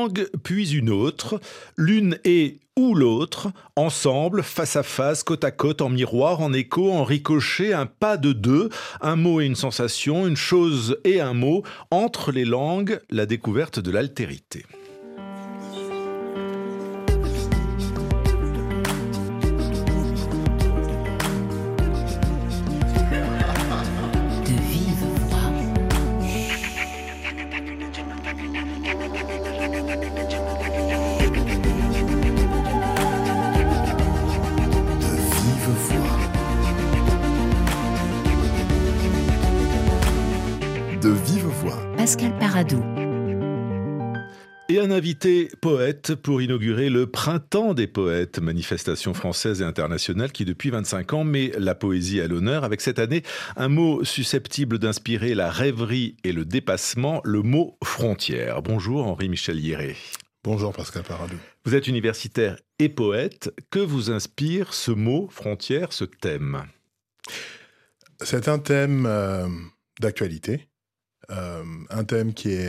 langue puis une autre, l'une et ou l'autre, ensemble, face à face, côte à côte, en miroir, en écho, en ricochet, un pas de deux, un mot et une sensation, une chose et un mot, entre les langues, la découverte de l'altérité. De vive voix. Pascal Paradou. Et un invité poète pour inaugurer le Printemps des poètes, manifestation française et internationale qui depuis 25 ans met la poésie à l'honneur avec cette année un mot susceptible d'inspirer la rêverie et le dépassement, le mot frontière. Bonjour Henri-Michel Hierret. Bonjour Pascal Paradou. Vous êtes universitaire et poète. Que vous inspire ce mot frontière, ce thème ? C'est un thème d'actualité, un thème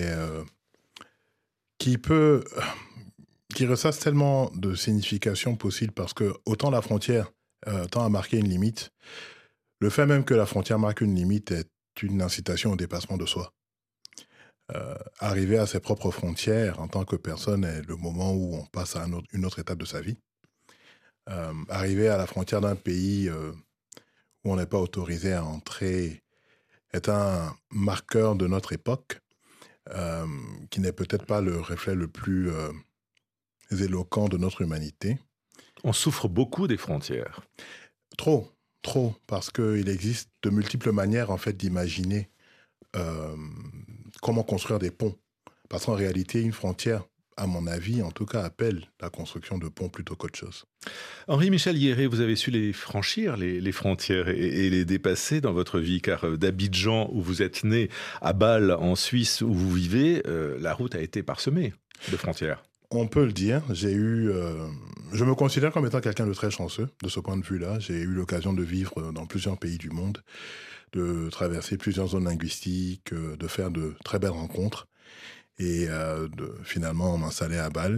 qui ressasse tellement de significations possibles parce que autant la frontière tend à marquer une limite, le fait même que la frontière marque une limite est une incitation au dépassement de soi. Arriver à ses propres frontières en tant que personne est le moment où on passe à une autre étape de sa vie. Arriver à la frontière d'un pays où on n'est pas autorisé à entrer est un marqueur de notre époque qui n'est peut-être pas le reflet le plus éloquent de notre humanité. On souffre beaucoup des frontières. Trop, parce qu'il existe de multiples manières en fait d'imaginer comment construire des ponts. Parce qu'en réalité, une frontière, à mon avis, en tout cas, appelle la construction de ponts plutôt qu'autre chose. Henri-Michel Hierret, vous avez su les franchir, les frontières, et les dépasser dans votre vie, car d'Abidjan, où vous êtes né, à Bâle, en Suisse, où vous vivez, la route a été parsemée de frontières. On peut le dire. Je me considère comme étant quelqu'un de très chanceux, de ce point de vue-là. J'ai eu l'occasion de vivre dans plusieurs pays du monde, de traverser plusieurs zones linguistiques, de faire de très belles rencontres et de finalement m'installer à Bâle,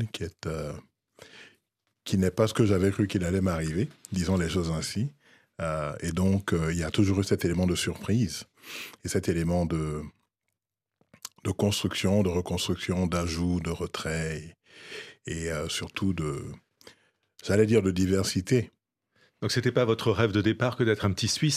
qui n'est pas ce que j'avais cru qu'il allait m'arriver, disons les choses ainsi. Et donc, il y a toujours eu cet élément de surprise et cet élément de construction, de reconstruction, d'ajout, de retrait et surtout de diversité. Donc, c'était pas votre rêve de départ que d'être un petit Suisse ?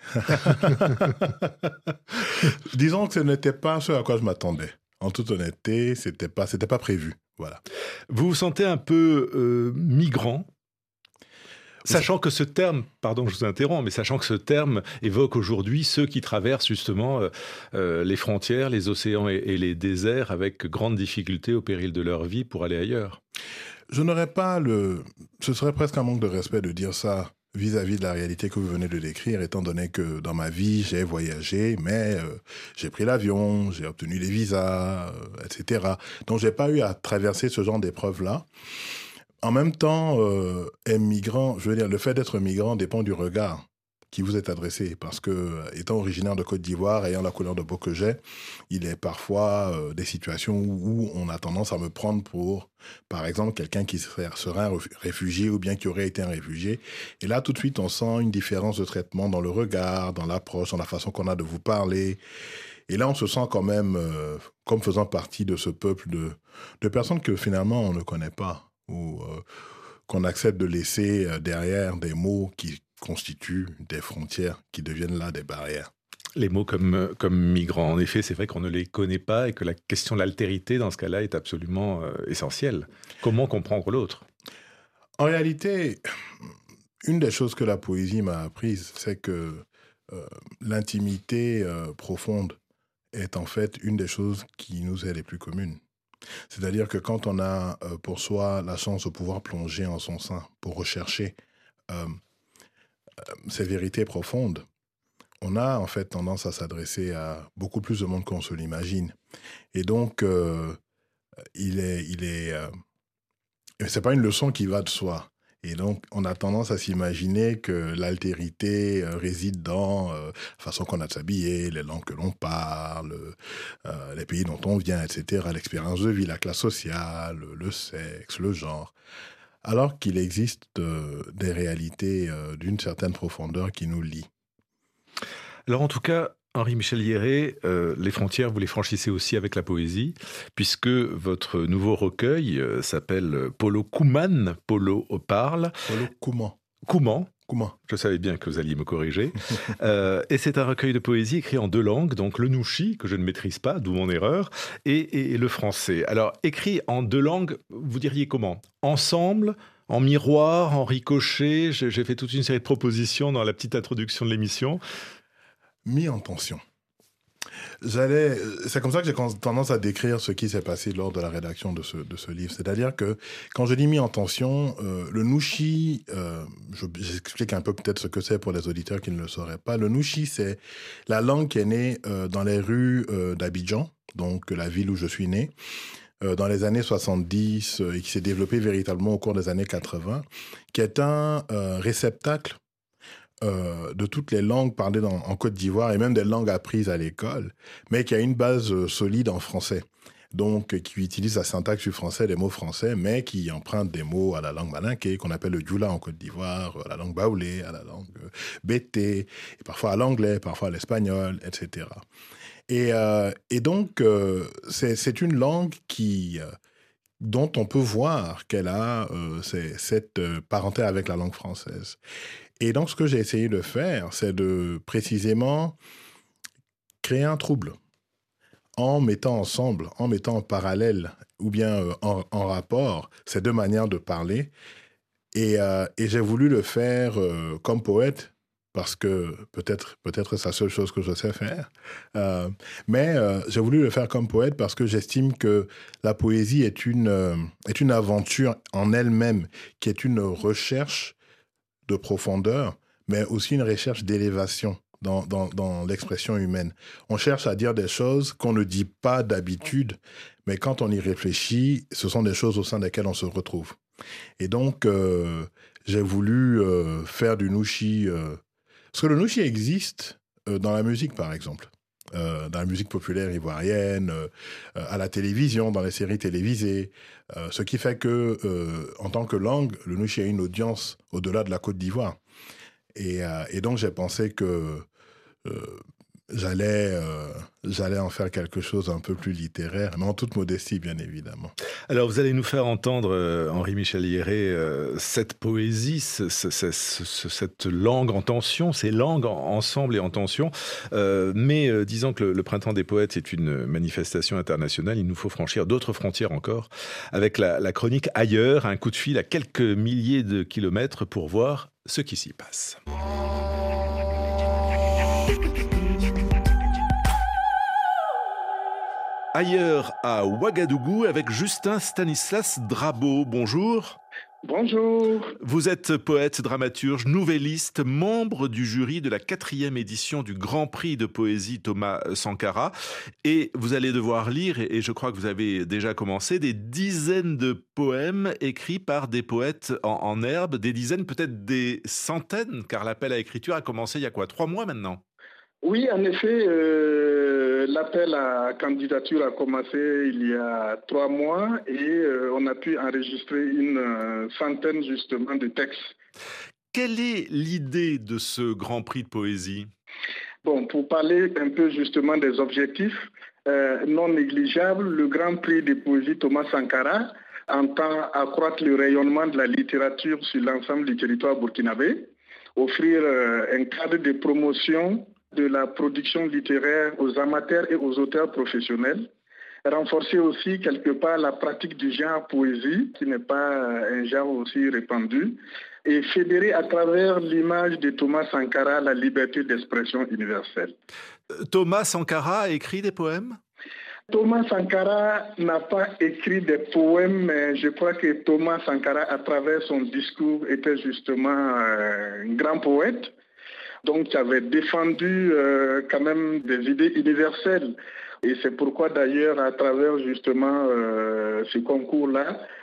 Disons que ce n'était pas ce à quoi je m'attendais. En toute honnêteté, c'était pas prévu. Voilà. Vous vous sentez un peu migrant, sachant que ce terme, pardon, je vous interromps, mais sachant que ce terme évoque aujourd'hui ceux qui traversent justement les frontières, les océans et les déserts avec grande difficulté au péril de leur vie pour aller ailleurs. Ce serait presque un manque de respect de dire ça vis-à-vis de la réalité que vous venez de décrire, étant donné que dans ma vie, j'ai voyagé, mais j'ai pris l'avion, j'ai obtenu les visas, etc. Donc, j'ai pas eu à traverser ce genre d'épreuves-là. En même temps, être migrant, je veux dire, le fait d'être migrant dépend du regard qui vous est adressé. Parce que, étant originaire de Côte d'Ivoire, ayant la couleur de peau que j'ai, il est parfois des situations où on a tendance à me prendre pour, par exemple, quelqu'un qui serait un réfugié ou bien qui aurait été un réfugié. Et là, tout de suite, on sent une différence de traitement dans le regard, dans l'approche, dans la façon qu'on a de vous parler. Et là, on se sent quand même comme faisant partie de ce peuple de personnes que finalement, on ne connaît pas. Ou qu'on accepte de laisser derrière des mots qui constituent des frontières, qui deviennent là des barrières. Les mots comme migrants, en effet, c'est vrai qu'on ne les connaît pas et que la question de l'altérité, dans ce cas-là, est absolument essentielle. Comment comprendre l'autre ? En réalité, une des choses que la poésie m'a apprises, c'est que l'intimité profonde est en fait une des choses qui nous est les plus communes. C'est-à-dire que quand on a pour soi la chance de pouvoir plonger en son sein pour rechercher ces vérités profondes, on a en fait tendance à s'adresser à beaucoup plus de monde qu'on se l'imagine. Et donc, c'est pas une leçon qui va de soi. Et donc, on a tendance à s'imaginer que l'altérité réside dans la façon qu'on a de s'habiller, les langues que l'on parle, les pays dont on vient, etc., l'expérience de vie, la classe sociale, le sexe, le genre. Alors qu'il existe des réalités d'une certaine profondeur qui nous lient. Alors en tout cas, Henri-Michel Hierret, les frontières, vous les franchissez aussi avec la poésie, puisque votre nouveau recueil s'appelle Polo Kouman, Polo parle. Polo Kouman. Kouman. Kouman. Je savais bien que vous alliez me corriger. Et c'est un recueil de poésie écrit en 2 langues, donc le nouchi, que je ne maîtrise pas, d'où mon erreur, et le français. Alors, écrit en 2 langues, vous diriez comment? Ensemble, en miroir, en ricochet? J'ai fait toute une série de propositions dans la petite introduction de l'émission. Mis en tension. C'est comme ça que j'ai tendance à décrire ce qui s'est passé lors de la rédaction de ce livre. C'est-à-dire que quand je dis mis en tension, le nushi, j'explique un peu peut-être ce que c'est pour les auditeurs qui ne le sauraient pas. Le nushi, c'est la langue qui est née dans les rues d'Abidjan, donc la ville où je suis né, dans les années 70 et qui s'est développée véritablement au cours des années 80, qui est un réceptacle de toutes les langues parlées en Côte d'Ivoire et même des langues apprises à l'école, mais qui a une base solide en français. Donc, qui utilise la syntaxe du français, des mots français, mais qui emprunte des mots à la langue malinké, qu'on appelle le djoula en Côte d'Ivoire, à la langue baoulé, à la langue bété, et parfois à l'anglais, parfois à l'espagnol, etc. Et donc, c'est une langue dont on peut voir qu'elle a cette parenté avec la langue française. Et donc, ce que j'ai essayé de faire, c'est de précisément créer un trouble en mettant ensemble, en mettant en parallèle ou bien en rapport ces 2 manières de parler. Et j'ai voulu le faire comme poète, parce que peut-être c'est la seule chose que je sais faire. Mais j'ai voulu le faire comme poète parce que j'estime que la poésie est une aventure en elle-même, qui est une recherche de profondeur, mais aussi une recherche d'élévation dans l'expression humaine. On cherche à dire des choses qu'on ne dit pas d'habitude, mais quand on y réfléchit, ce sont des choses au sein desquelles on se retrouve. Et donc, j'ai voulu faire du nushi... parce que le nushi existe dans la musique, par exemple. Dans la musique populaire ivoirienne, à la télévision, dans les séries télévisées. Ce qui fait que, en tant que langue, le nushi a une audience au-delà de la Côte d'Ivoire. Et donc, j'ai pensé que j'allais en faire quelque chose un peu plus littéraire, mais en toute modestie, bien évidemment. Alors, vous allez nous faire entendre, Henri-Michel Hierret, cette poésie, cette langue en tension, ces langues ensemble et en tension. Mais disons que le Printemps des poètes est une manifestation internationale, il nous faut franchir d'autres frontières encore, avec la chronique Ailleurs, un coup de fil à quelques milliers de kilomètres pour voir ce qui s'y passe. Ailleurs à Ouagadougou avec Justin Stanislas Drabo. Bonjour. Bonjour. Vous êtes poète, dramaturge, nouvelliste, membre du jury de la 4e édition du Grand Prix de poésie Thomas Sankara. Et vous allez devoir lire, et je crois que vous avez déjà commencé, des dizaines de poèmes écrits par des poètes en herbe, des dizaines, peut-être des centaines, car l'appel à écriture a commencé il y a 3 mois maintenant? Oui, en effet, l'appel à candidature a commencé il y a 3 mois et on a pu enregistrer une centaine justement de textes. Quelle est l'idée de ce Grand Prix de poésie? Bon, pour parler un peu justement des objectifs non négligeables, le Grand Prix de poésie Thomas Sankara entend accroître le rayonnement de la littérature sur l'ensemble du territoire burkinabé, offrir un cadre de promotion de la production littéraire aux amateurs et aux auteurs professionnels, renforcer aussi quelque part la pratique du genre poésie, qui n'est pas un genre aussi répandu, et fédérer à travers l'image de Thomas Sankara la liberté d'expression universelle. Thomas Sankara a écrit des poèmes? Thomas Sankara n'a pas écrit des poèmes, mais je crois que Thomas Sankara, à travers son discours, était justement un grand poète. Donc, qui avait défendu quand même des idées universelles. Et c'est pourquoi d'ailleurs, à travers justement ce concours-là,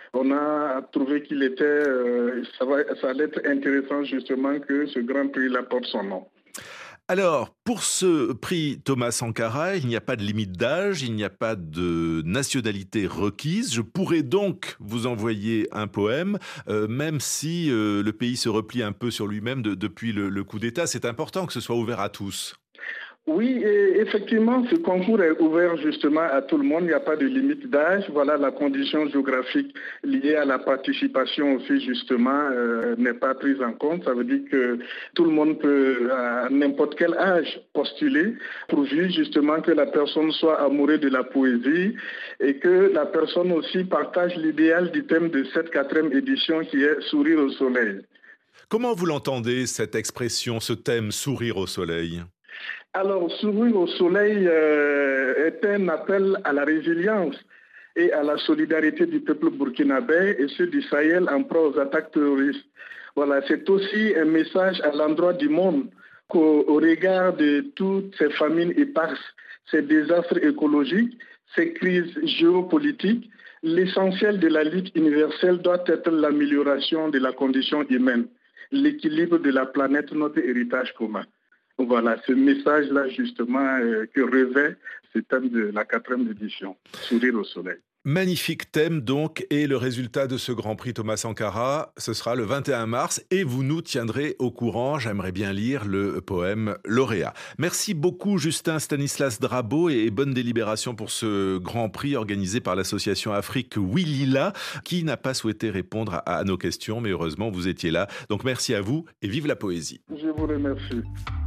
on a trouvé qu'il était, ça allait être intéressant justement que ce Grand Prix-là porte son nom. Alors, pour ce prix Thomas Sankara, il n'y a pas de limite d'âge, il n'y a pas de nationalité requise. Je pourrais donc vous envoyer un poème, même si le pays se replie un peu sur lui-même depuis le coup d'État. C'est important que ce soit ouvert à tous. Oui, et effectivement, ce concours est ouvert justement à tout le monde. Il n'y a pas de limite d'âge. Voilà, la condition géographique liée à la participation aussi justement n'est pas prise en compte. Ça veut dire que tout le monde peut, à n'importe quel âge, postuler, pourvu justement que la personne soit amoureuse de la poésie et que la personne aussi partage l'idéal du thème de cette 4e édition qui est « Sourire au soleil ». Comment vous l'entendez, cette expression, ce thème « Sourire au soleil » ? Alors, Sourire au soleil est un appel à la résilience et à la solidarité du peuple burkinabé et ceux du Sahel en proie aux attaques terroristes. Voilà, c'est aussi un message à l'endroit du monde qu'au regard de toutes ces famines éparses, ces désastres écologiques, ces crises géopolitiques, l'essentiel de la lutte universelle doit être l'amélioration de la condition humaine, l'équilibre de la planète, notre héritage commun. Voilà, ce message-là, justement, que revêt ce thème de la 4e édition, Sourire au soleil. Magnifique thème, donc, et le résultat de ce Grand Prix Thomas Sankara, ce sera le 21 mars, et vous nous tiendrez au courant. J'aimerais bien lire le poème lauréat. Merci beaucoup, Justin Stanislas Drabo, et bonne délibération pour ce Grand Prix organisé par l'association Afrique Wilila, qui n'a pas souhaité répondre à nos questions, mais heureusement, vous étiez là. Donc, merci à vous, et vive la poésie. Je vous remercie.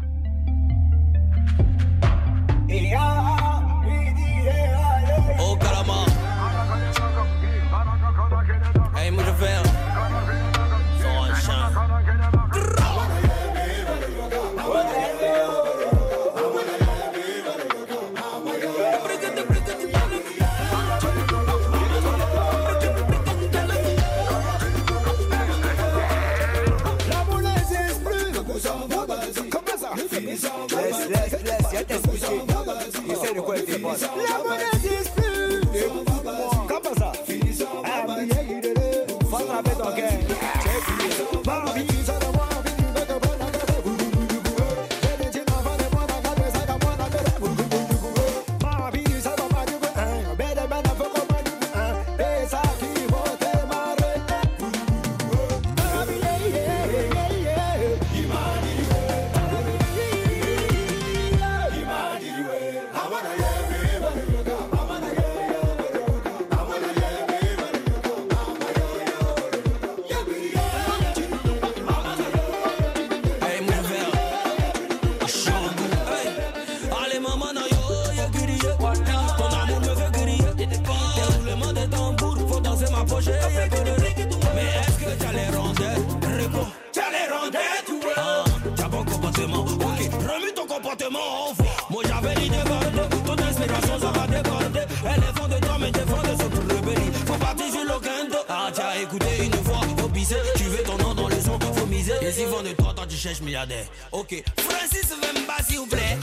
Oh caramba. Hey, moet je ver. Zo'n chant. La monnaie n'existe plus. Comment ça? Faut attraper ton cœur. Mais est-ce que tu as les rondelles? Réponds, tu as les rondelles, tu vois. Tu as bon comportement, ok, remue ton comportement, on voit. Moi j'avais dit déborder, ton inspiration ça va déborder. Elle est fond de toi, mais t'es fond de ce pour rebelle. Faut partir sur le canto. Ah, tu as écouté une fois, faut pisser. Tu veux ton nom dans le son, faut miser. Et si fond de toi, toi tu cherches milliardaire. Ok, Francis Vemba, s'il vous plaît.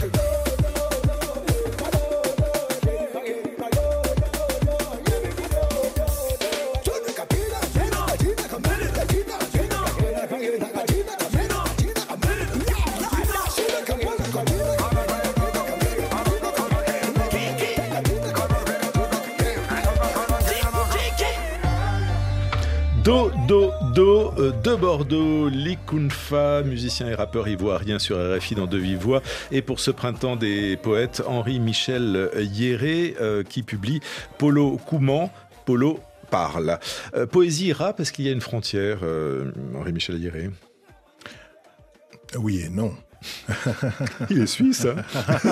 Do de Bordeaux, Likunfa, musicien et rappeur ivoirien sur RFI dans De Vive Voix. Et pour ce printemps des poètes, Henri-Michel Yéré qui publie Polo Kouman, Polo parle. Poésie et rap, est-ce qu'il y a une frontière, Henri-Michel Yéré? Oui et non. Il est suisse, hein.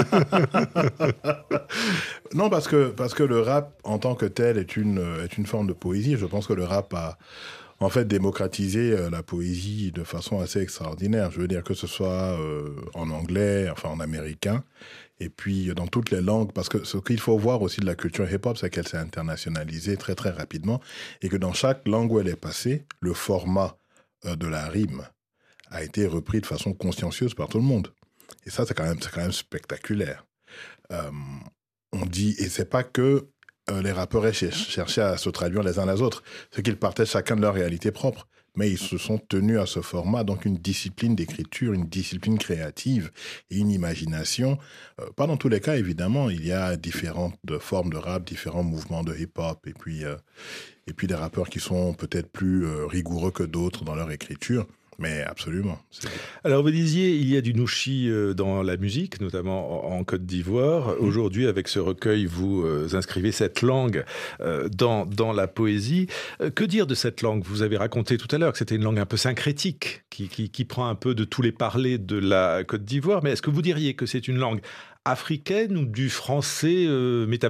Non, parce que le rap en tant que tel est une forme de poésie. Je pense que le rap a en fait démocratisé la poésie de façon assez extraordinaire. Je veux dire que ce soit en anglais, enfin en américain, et puis dans toutes les langues, parce que ce qu'il faut voir aussi de la culture hip-hop, c'est qu'elle s'est internationalisée très très rapidement, et que dans chaque langue où elle est passée, le format de la rime a été repris de façon consciencieuse par tout le monde. Et ça, c'est quand même spectaculaire. On dit, et c'est pas que les rappeurs aient cherché à se traduire les uns les autres. C'est qu'ils partaient chacun de leur réalité propre. Mais ils se sont tenus à ce format, donc une discipline d'écriture, une discipline créative et une imagination. Pas dans tous les cas, évidemment, il y a différentes formes de rap, différents mouvements de hip-hop, et puis des rappeurs qui sont peut-être plus rigoureux que d'autres dans leur écriture. Mais absolument. Alors vous disiez, il y a du Nouchi dans la musique, notamment en Côte d'Ivoire. Aujourd'hui, avec ce recueil, vous inscrivez cette langue dans la poésie. Que dire de cette langue ? Vous avez raconté tout à l'heure que c'était une langue un peu syncrétique, qui prend un peu de tous les parlers de la Côte d'Ivoire. Mais est-ce que vous diriez que c'est une langue africaine ou du français métamorphosé ?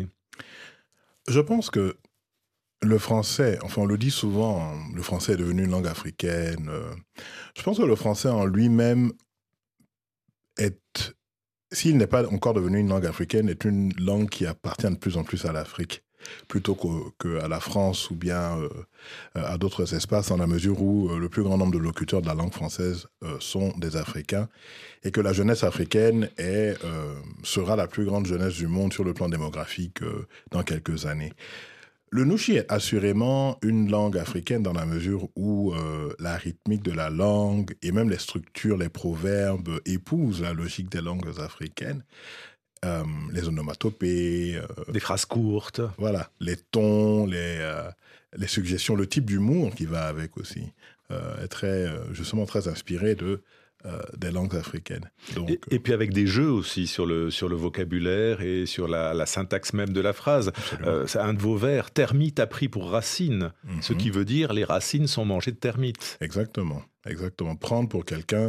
Je pense que le français, enfin on le dit souvent, le français est devenu une langue africaine. Je pense que le français en lui-même s'il n'est pas encore devenu une langue africaine, est une langue qui appartient de plus en plus à l'Afrique, plutôt qu'à la France ou bien à d'autres espaces, en la mesure où le plus grand nombre de locuteurs de la langue française sont des Africains, et que la jeunesse africaine sera la plus grande jeunesse du monde sur le plan démographique dans quelques années. Le Nouchi est assurément une langue africaine dans la mesure où la rythmique de la langue et même les structures, les proverbes épousent la logique des langues africaines. Les onomatopées. Des phrases courtes. Voilà, les tons, les suggestions, le type d'humour qui va avec aussi est justement très inspiré des langues africaines. Donc, et puis avec des jeux aussi sur le vocabulaire et sur la syntaxe même de la phrase. C'est un de vos vers, termite a pris pour racine, ce qui veut dire les racines sont mangées de termites. Exactement. Prendre pour quelqu'un,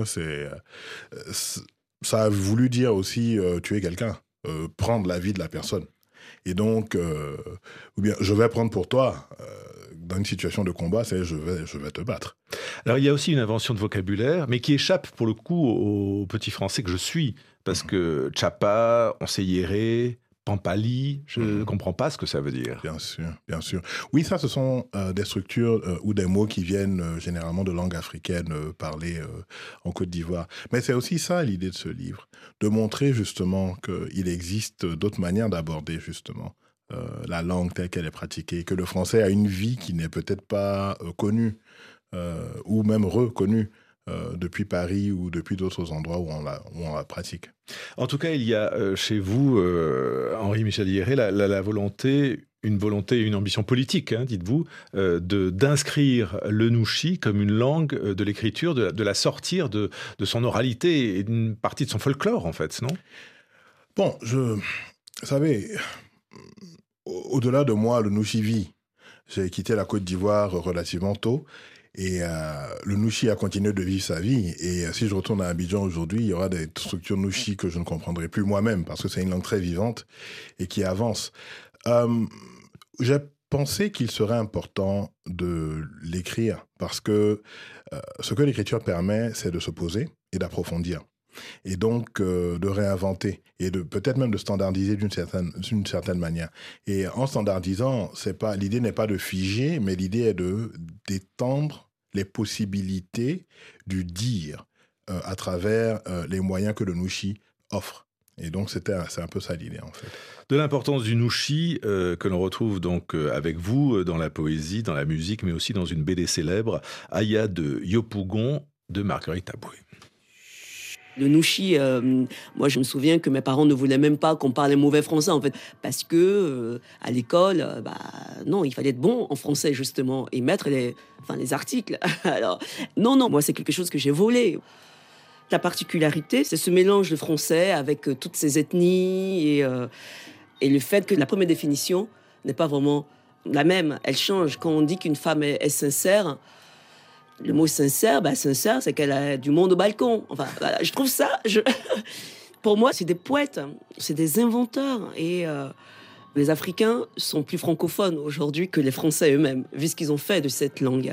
ça a voulu dire aussi tuer quelqu'un, prendre la vie de la personne. Et donc, ou bien je vais prendre pour toi, dans une situation de combat, c'est je vais te battre. Alors il y a aussi une invention de vocabulaire, mais qui échappe pour le coup au petit français que je suis, parce que Tchapa, Onseyéré, Pampali, je ne comprends pas ce que ça veut dire. Bien sûr. Oui, ça, ce sont des structures ou des mots qui viennent généralement de langue africaine parlée en Côte d'Ivoire. Mais c'est aussi ça l'idée de ce livre, de montrer justement qu'il existe d'autres manières d'aborder justement la langue telle qu'elle est pratiquée, que le français a une vie qui n'est peut-être pas connue ou même reconnue depuis Paris ou depuis d'autres endroits où on la pratique. En tout cas, il y a chez vous, Henri-Michel Hierret, la volonté, une ambition politique, dites-vous, d'inscrire le Nouchi comme une langue de l'écriture, de la sortir de son oralité et d'une partie de son folklore, en fait, non ? Bon, vous savez, au-delà de moi, le Nouchi vit. J'ai quitté la Côte d'Ivoire relativement tôt. Et le Nouchi a continué de vivre sa vie. Et si je retourne à Abidjan aujourd'hui, il y aura des structures Nouchi que je ne comprendrai plus moi-même, parce que c'est une langue très vivante et qui avance. J'ai pensé qu'il serait important de l'écrire, parce que ce que l'écriture permet, c'est de se poser et d'approfondir. Et donc de réinventer et de peut-être même de standardiser d'une certaine manière. Et en standardisant, l'idée n'est pas de figer, mais l'idée est d'étendre les possibilités du dire à travers les moyens que le Nouchi offre. Et donc c'est un peu ça l'idée en fait. De l'importance du Nouchi que l'on retrouve donc avec vous dans la poésie, dans la musique, mais aussi dans une BD célèbre, Aya de Yopougon de Marguerite Aboué. Le Nouchi, moi je me souviens que mes parents ne voulaient même pas qu'on parlait mauvais français en fait, parce que à l'école, non, il fallait être bon en français justement et mettre les articles. Alors non, moi c'est quelque chose que j'ai volé. La particularité, c'est ce mélange de français avec toutes ces ethnies et le fait que la première définition n'est pas vraiment la même. Elle change. Quand on dit qu'une femme est sincère, le mot sincère, sincère, c'est qu'elle a du monde au balcon. Enfin, voilà, je trouve ça... Pour moi, c'est des poètes, c'est des inventeurs. Et les Africains sont plus francophones aujourd'hui que les Français eux-mêmes, vu ce qu'ils ont fait de cette langue.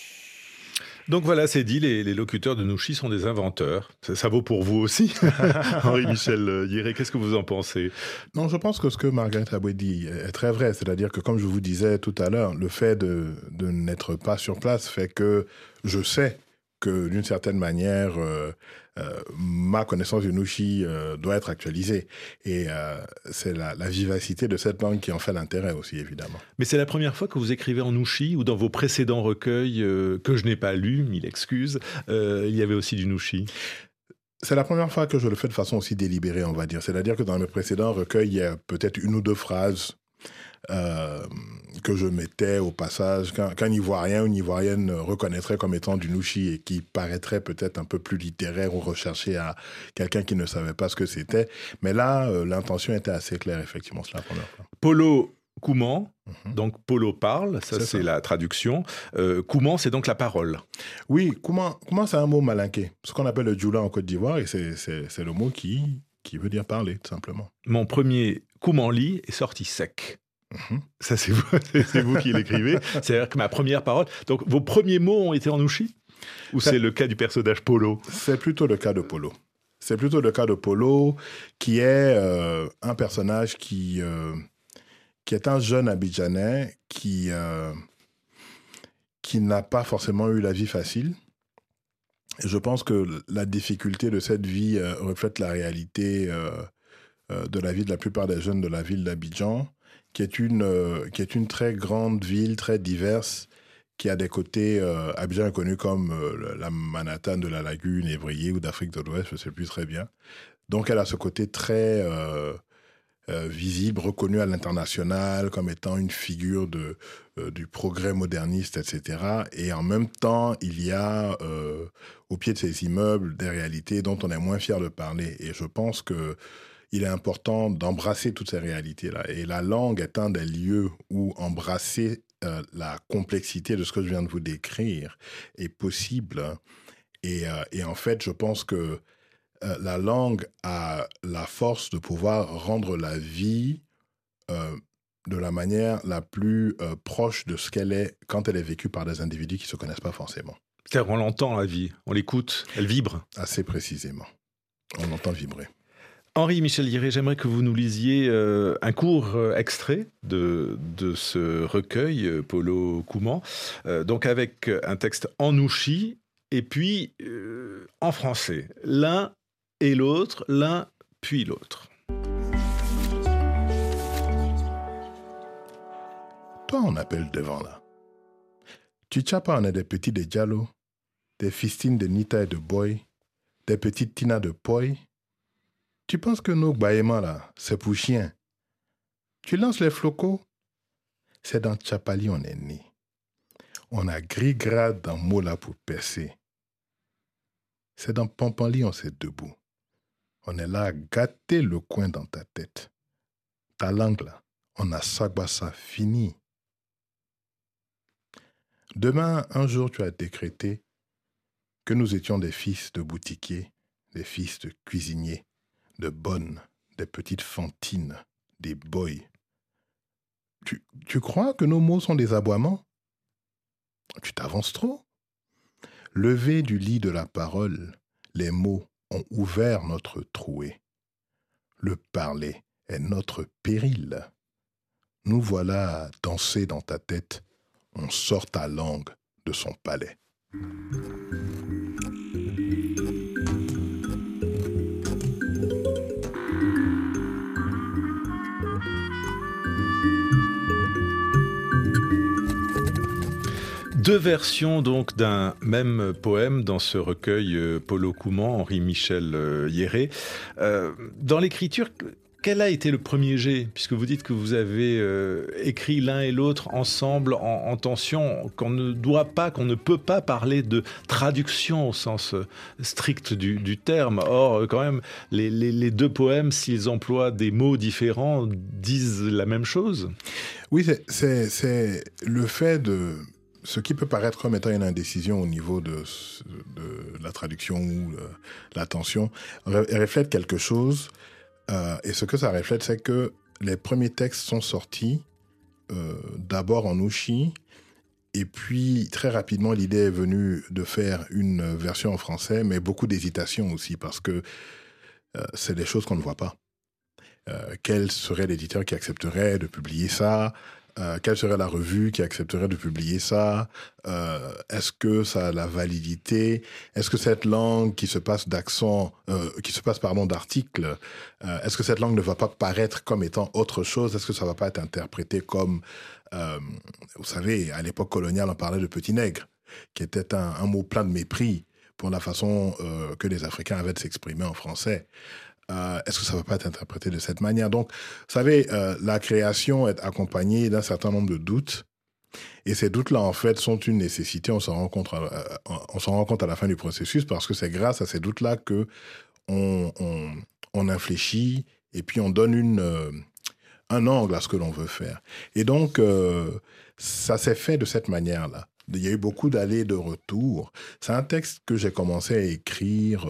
Donc voilà, c'est dit, les locuteurs de Nouchi sont des inventeurs. Ça vaut pour vous aussi, Henri-Michel Hierret. Qu'est-ce que vous en pensez ? Non, je pense que ce que Marguerite Aboué dit est très vrai. C'est-à-dire que, comme je vous disais tout à l'heure, le fait de n'être pas sur place fait que je sais que d'une certaine manière, ma connaissance du Nushi doit être actualisée. Et c'est la vivacité de cette langue qui en fait l'intérêt aussi, évidemment. Mais c'est la première fois que vous écrivez en Nushi ou dans vos précédents recueils que je n'ai pas lus, mille excuses, il y avait aussi du Nushi? C'est la première fois que je le fais de façon aussi délibérée, on va dire. C'est-à-dire que dans mes précédents recueils, il y a peut-être une ou deux phrases que je mettais au passage, qu'un Ivoirien ou une Ivoirienne reconnaîtrait comme étant du Nushi et qui paraîtrait peut-être un peu plus littéraire ou recherché à quelqu'un qui ne savait pas ce que c'était. Mais là, l'intention était assez claire, effectivement, c'est la première fois. Polo Kouman, donc Polo parle, ça c'est ça. la traduction. Kouman, c'est donc la parole. Oui, Kouman, c'est un mot malinké, ce qu'on appelle le djoula en Côte d'Ivoire, et c'est le mot qui veut dire parler, tout simplement. Mon premier Koumanli est sorti sec. Ça, c'est vous qui l'écrivez. C'est-à-dire que ma première parole... Donc, vos premiers mots ont été en Nushi? Ou c'est le cas du personnage Polo? C'est plutôt le cas de Polo. C'est plutôt le cas de Polo, qui est un personnage qui est un jeune Abidjanais qui n'a pas forcément eu la vie facile. Et je pense que la difficulté de cette vie reflète la réalité de la vie de la plupart des jeunes de la ville d'Abidjan, qui est une très grande ville, très diverse, qui a des côtés... Abidjan est connu comme la Manhattan de la Lagune, Évrier ou d'Afrique de l'Ouest, je ne sais plus très bien. Donc elle a ce côté très visible, reconnu à l'international comme étant une figure du progrès moderniste, etc. Et en même temps, il y a au pied de ces immeubles des réalités dont on est moins fier de parler. Et je pense que il est important d'embrasser toutes ces réalités-là. Et la langue est un des lieux où embrasser la complexité de ce que je viens de vous décrire est possible. Et en fait, je pense que la langue a la force de pouvoir rendre la vie de la manière la plus proche de ce qu'elle est quand elle est vécue par des individus qui ne se connaissent pas forcément. C'est-à-dire qu'on l'entend, la vie, on l'écoute, elle vibre. Assez précisément. On l'entend vibrer. Henri-Michel Yéré, j'aimerais que vous nous lisiez un court extrait de ce recueil, Polo Kouman, donc avec un texte en Nushi et puis en français. L'un et l'autre, l'un puis l'autre. Toi, on appelle devant là. Tu tchapes, on est des petits de Diallo, des fistines de Nita et de Boy, des petites Tina de Poi. Tu penses que nos bâillements là, c'est pour chiens. Tu lances les flocos. C'est dans Tchapali on est né. On a gris-grade dans Mola pour percer. C'est dans Pampanli on s'est debout. On est là à gâter le coin dans ta tête. Ta langue là, on a Sagbassa fini. Demain, un jour, tu as décrété que nous étions des fils de boutiquiers, des fils de cuisiniers, de bonnes, des petites fantines, des boys. Tu crois que nos mots sont des aboiements? Tu t'avances trop. Levé du lit de la parole, les mots ont ouvert notre trouée. Le parler est notre péril. Nous voilà à danser dans ta tête. On sort ta langue de son palais. Deux versions donc d'un même poème dans ce recueil Polo Kouman, Henri-Michel Yéré. Dans l'écriture, quel a été le premier jet? Puisque vous dites que vous avez écrit l'un et l'autre ensemble en tension, qu'on ne peut pas parler de traduction au sens strict du terme. Or, quand même, les deux poèmes, s'ils emploient des mots différents, disent la même chose. Oui, c'est le fait de... Ce qui peut paraître comme étant une indécision au niveau de la traduction ou la tension reflète quelque chose. Et ce que ça reflète, c'est que les premiers textes sont sortis d'abord en Nushi. Et puis, très rapidement, l'idée est venue de faire une version en français, mais beaucoup d'hésitation aussi, parce que c'est des choses qu'on ne voit pas. Quel serait l'éditeur qui accepterait de publier ça? Quelle serait la revue qui accepterait de publier ça? Est-ce que ça a la validité? Est-ce que cette langue qui se passe d'articles, est-ce que cette langue ne va pas paraître comme étant autre chose? Est-ce que ça va pas être interprété comme, vous savez, à l'époque coloniale, on parlait de petit nègre, qui était un mot plein de mépris pour la façon que les Africains avaient de s'exprimer en français. Est-ce que ça ne va pas être interprété de cette manière? Donc, vous savez, la création est accompagnée d'un certain nombre de doutes. Et ces doutes-là, en fait, sont une nécessité. On s'en rend compte à la fin du processus parce que c'est grâce à ces doutes-là qu'on infléchit et puis on donne un angle à ce que l'on veut faire. Et donc, ça s'est fait de cette manière-là. Il y a eu beaucoup d'allers et de retours. C'est un texte que j'ai commencé à écrire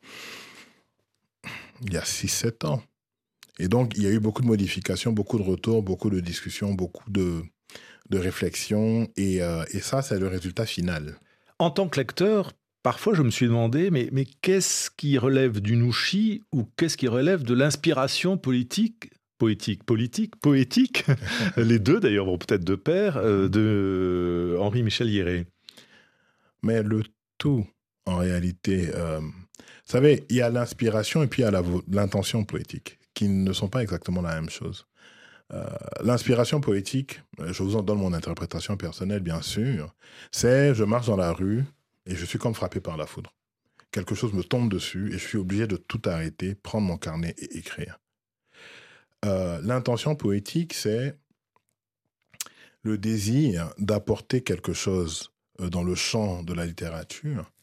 il y a 6-7 ans. Et donc, il y a eu beaucoup de modifications, beaucoup de retours, beaucoup de discussions, beaucoup de réflexions. Et ça, c'est le résultat final. En tant que lecteur, parfois je me suis demandé, mais qu'est-ce qui relève du Nouchi ou qu'est-ce qui relève de l'inspiration poétique, les deux d'ailleurs vont peut-être de pair, de Henri-Michel Hierret. Mais le tout, en réalité, vous savez, il y a l'inspiration et puis il y a l'intention poétique, qui ne sont pas exactement la même chose. L'inspiration poétique, je vous en donne mon interprétation personnelle, bien sûr, c'est je marche dans la rue et je suis comme frappé par la foudre. Quelque chose me tombe dessus et je suis obligé de tout arrêter, prendre mon carnet et écrire. L'intention poétique, c'est le désir d'apporter quelque chose dans le champ de la littérature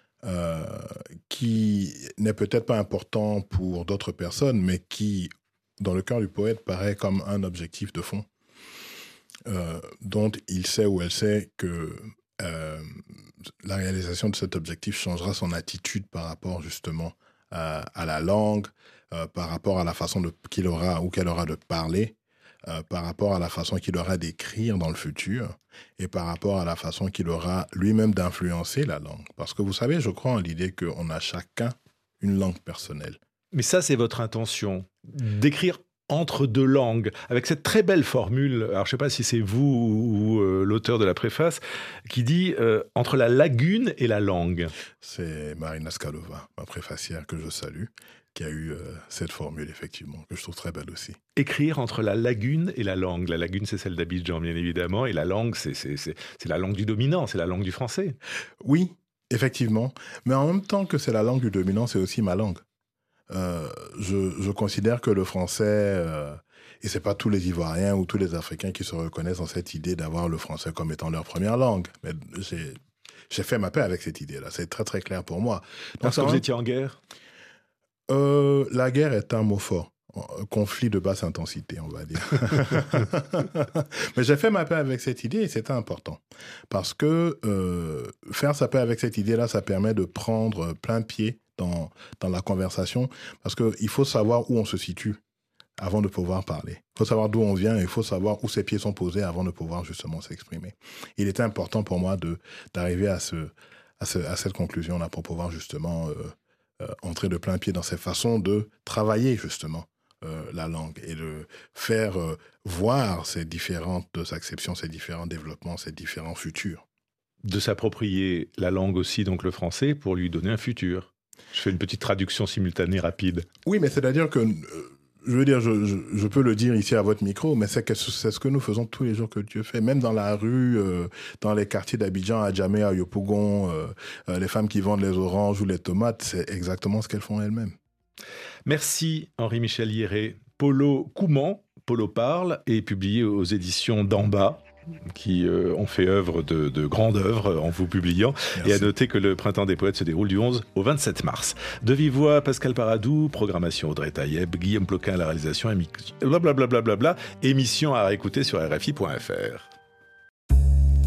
qui n'est peut-être pas important pour d'autres personnes, mais qui, dans le cœur du poète, paraît comme un objectif de fond, dont il sait ou elle sait que la réalisation de cet objectif changera son attitude par rapport justement à la langue, par rapport à la façon qu'il aura ou qu'elle aura de parler, par rapport à la façon qu'il aura d'écrire dans le futur et par rapport à la façon qu'il aura lui-même d'influencer la langue. Parce que vous savez, je crois en l'idée qu'on a chacun une langue personnelle. Mais ça, c'est votre intention, d'écrire entre deux langues, avec cette très belle formule, alors je ne sais pas si c'est vous ou l'auteur de la préface, qui dit entre la lagune et la langue. C'est Marina Skalova, ma préfacière que je salue, qui a eu cette formule, effectivement, que je trouve très belle aussi. Écrire entre la lagune et la langue. La lagune, c'est celle d'Abidjan, bien évidemment, et la langue, c'est la langue du dominant, c'est la langue du français. Oui, effectivement, mais en même temps que c'est la langue du dominant, c'est aussi ma langue. Je considère que le français, et c'est pas tous les Ivoiriens ou tous les Africains qui se reconnaissent dans cette idée d'avoir le français comme étant leur première langue, mais j'ai fait ma paix avec cette idée-là, c'est très très clair pour moi. Parce que vous étiez en guerre? La guerre est un mot fort. Conflit de basse intensité, on va dire. Mais j'ai fait ma paix avec cette idée et c'était important. Parce que faire sa paix avec cette idée-là, ça permet de prendre plein pied dans la conversation. Parce qu'il faut savoir où on se situe avant de pouvoir parler. Il faut savoir d'où on vient et il faut savoir où ses pieds sont posés avant de pouvoir justement s'exprimer. Il était important pour moi d'arriver à cette conclusion-là pour pouvoir justement entrer de plein pied dans ces façons de travailler justement la langue et de faire voir ces différentes acceptions, ces différents développements, ces différents futurs. De s'approprier la langue aussi, donc le français, pour lui donner un futur. Je fais une petite traduction simultanée rapide. Oui, mais c'est-à-dire que, je veux dire, je peux le dire ici à votre micro, mais c'est ce que nous faisons tous les jours que Dieu fait. Même dans la rue, dans les quartiers d'Abidjan, à Djamé, à Yopougon, les femmes qui vendent les oranges ou les tomates, c'est exactement ce qu'elles font elles-mêmes. Merci Henri-Michel Hierret. Polo Kouman, Polo parle, est publié aux éditions d'Amba, qui ont fait œuvre de grande œuvre en vous publiant. Merci. Et à noter que le Printemps des Poètes se déroule du 11 au 27 mars. De vive voix, Pascal Paradou, programmation Audrey Taïeb, Guillaume Ploquin à la réalisation, blablabla, émission à réécouter sur RFI.fr.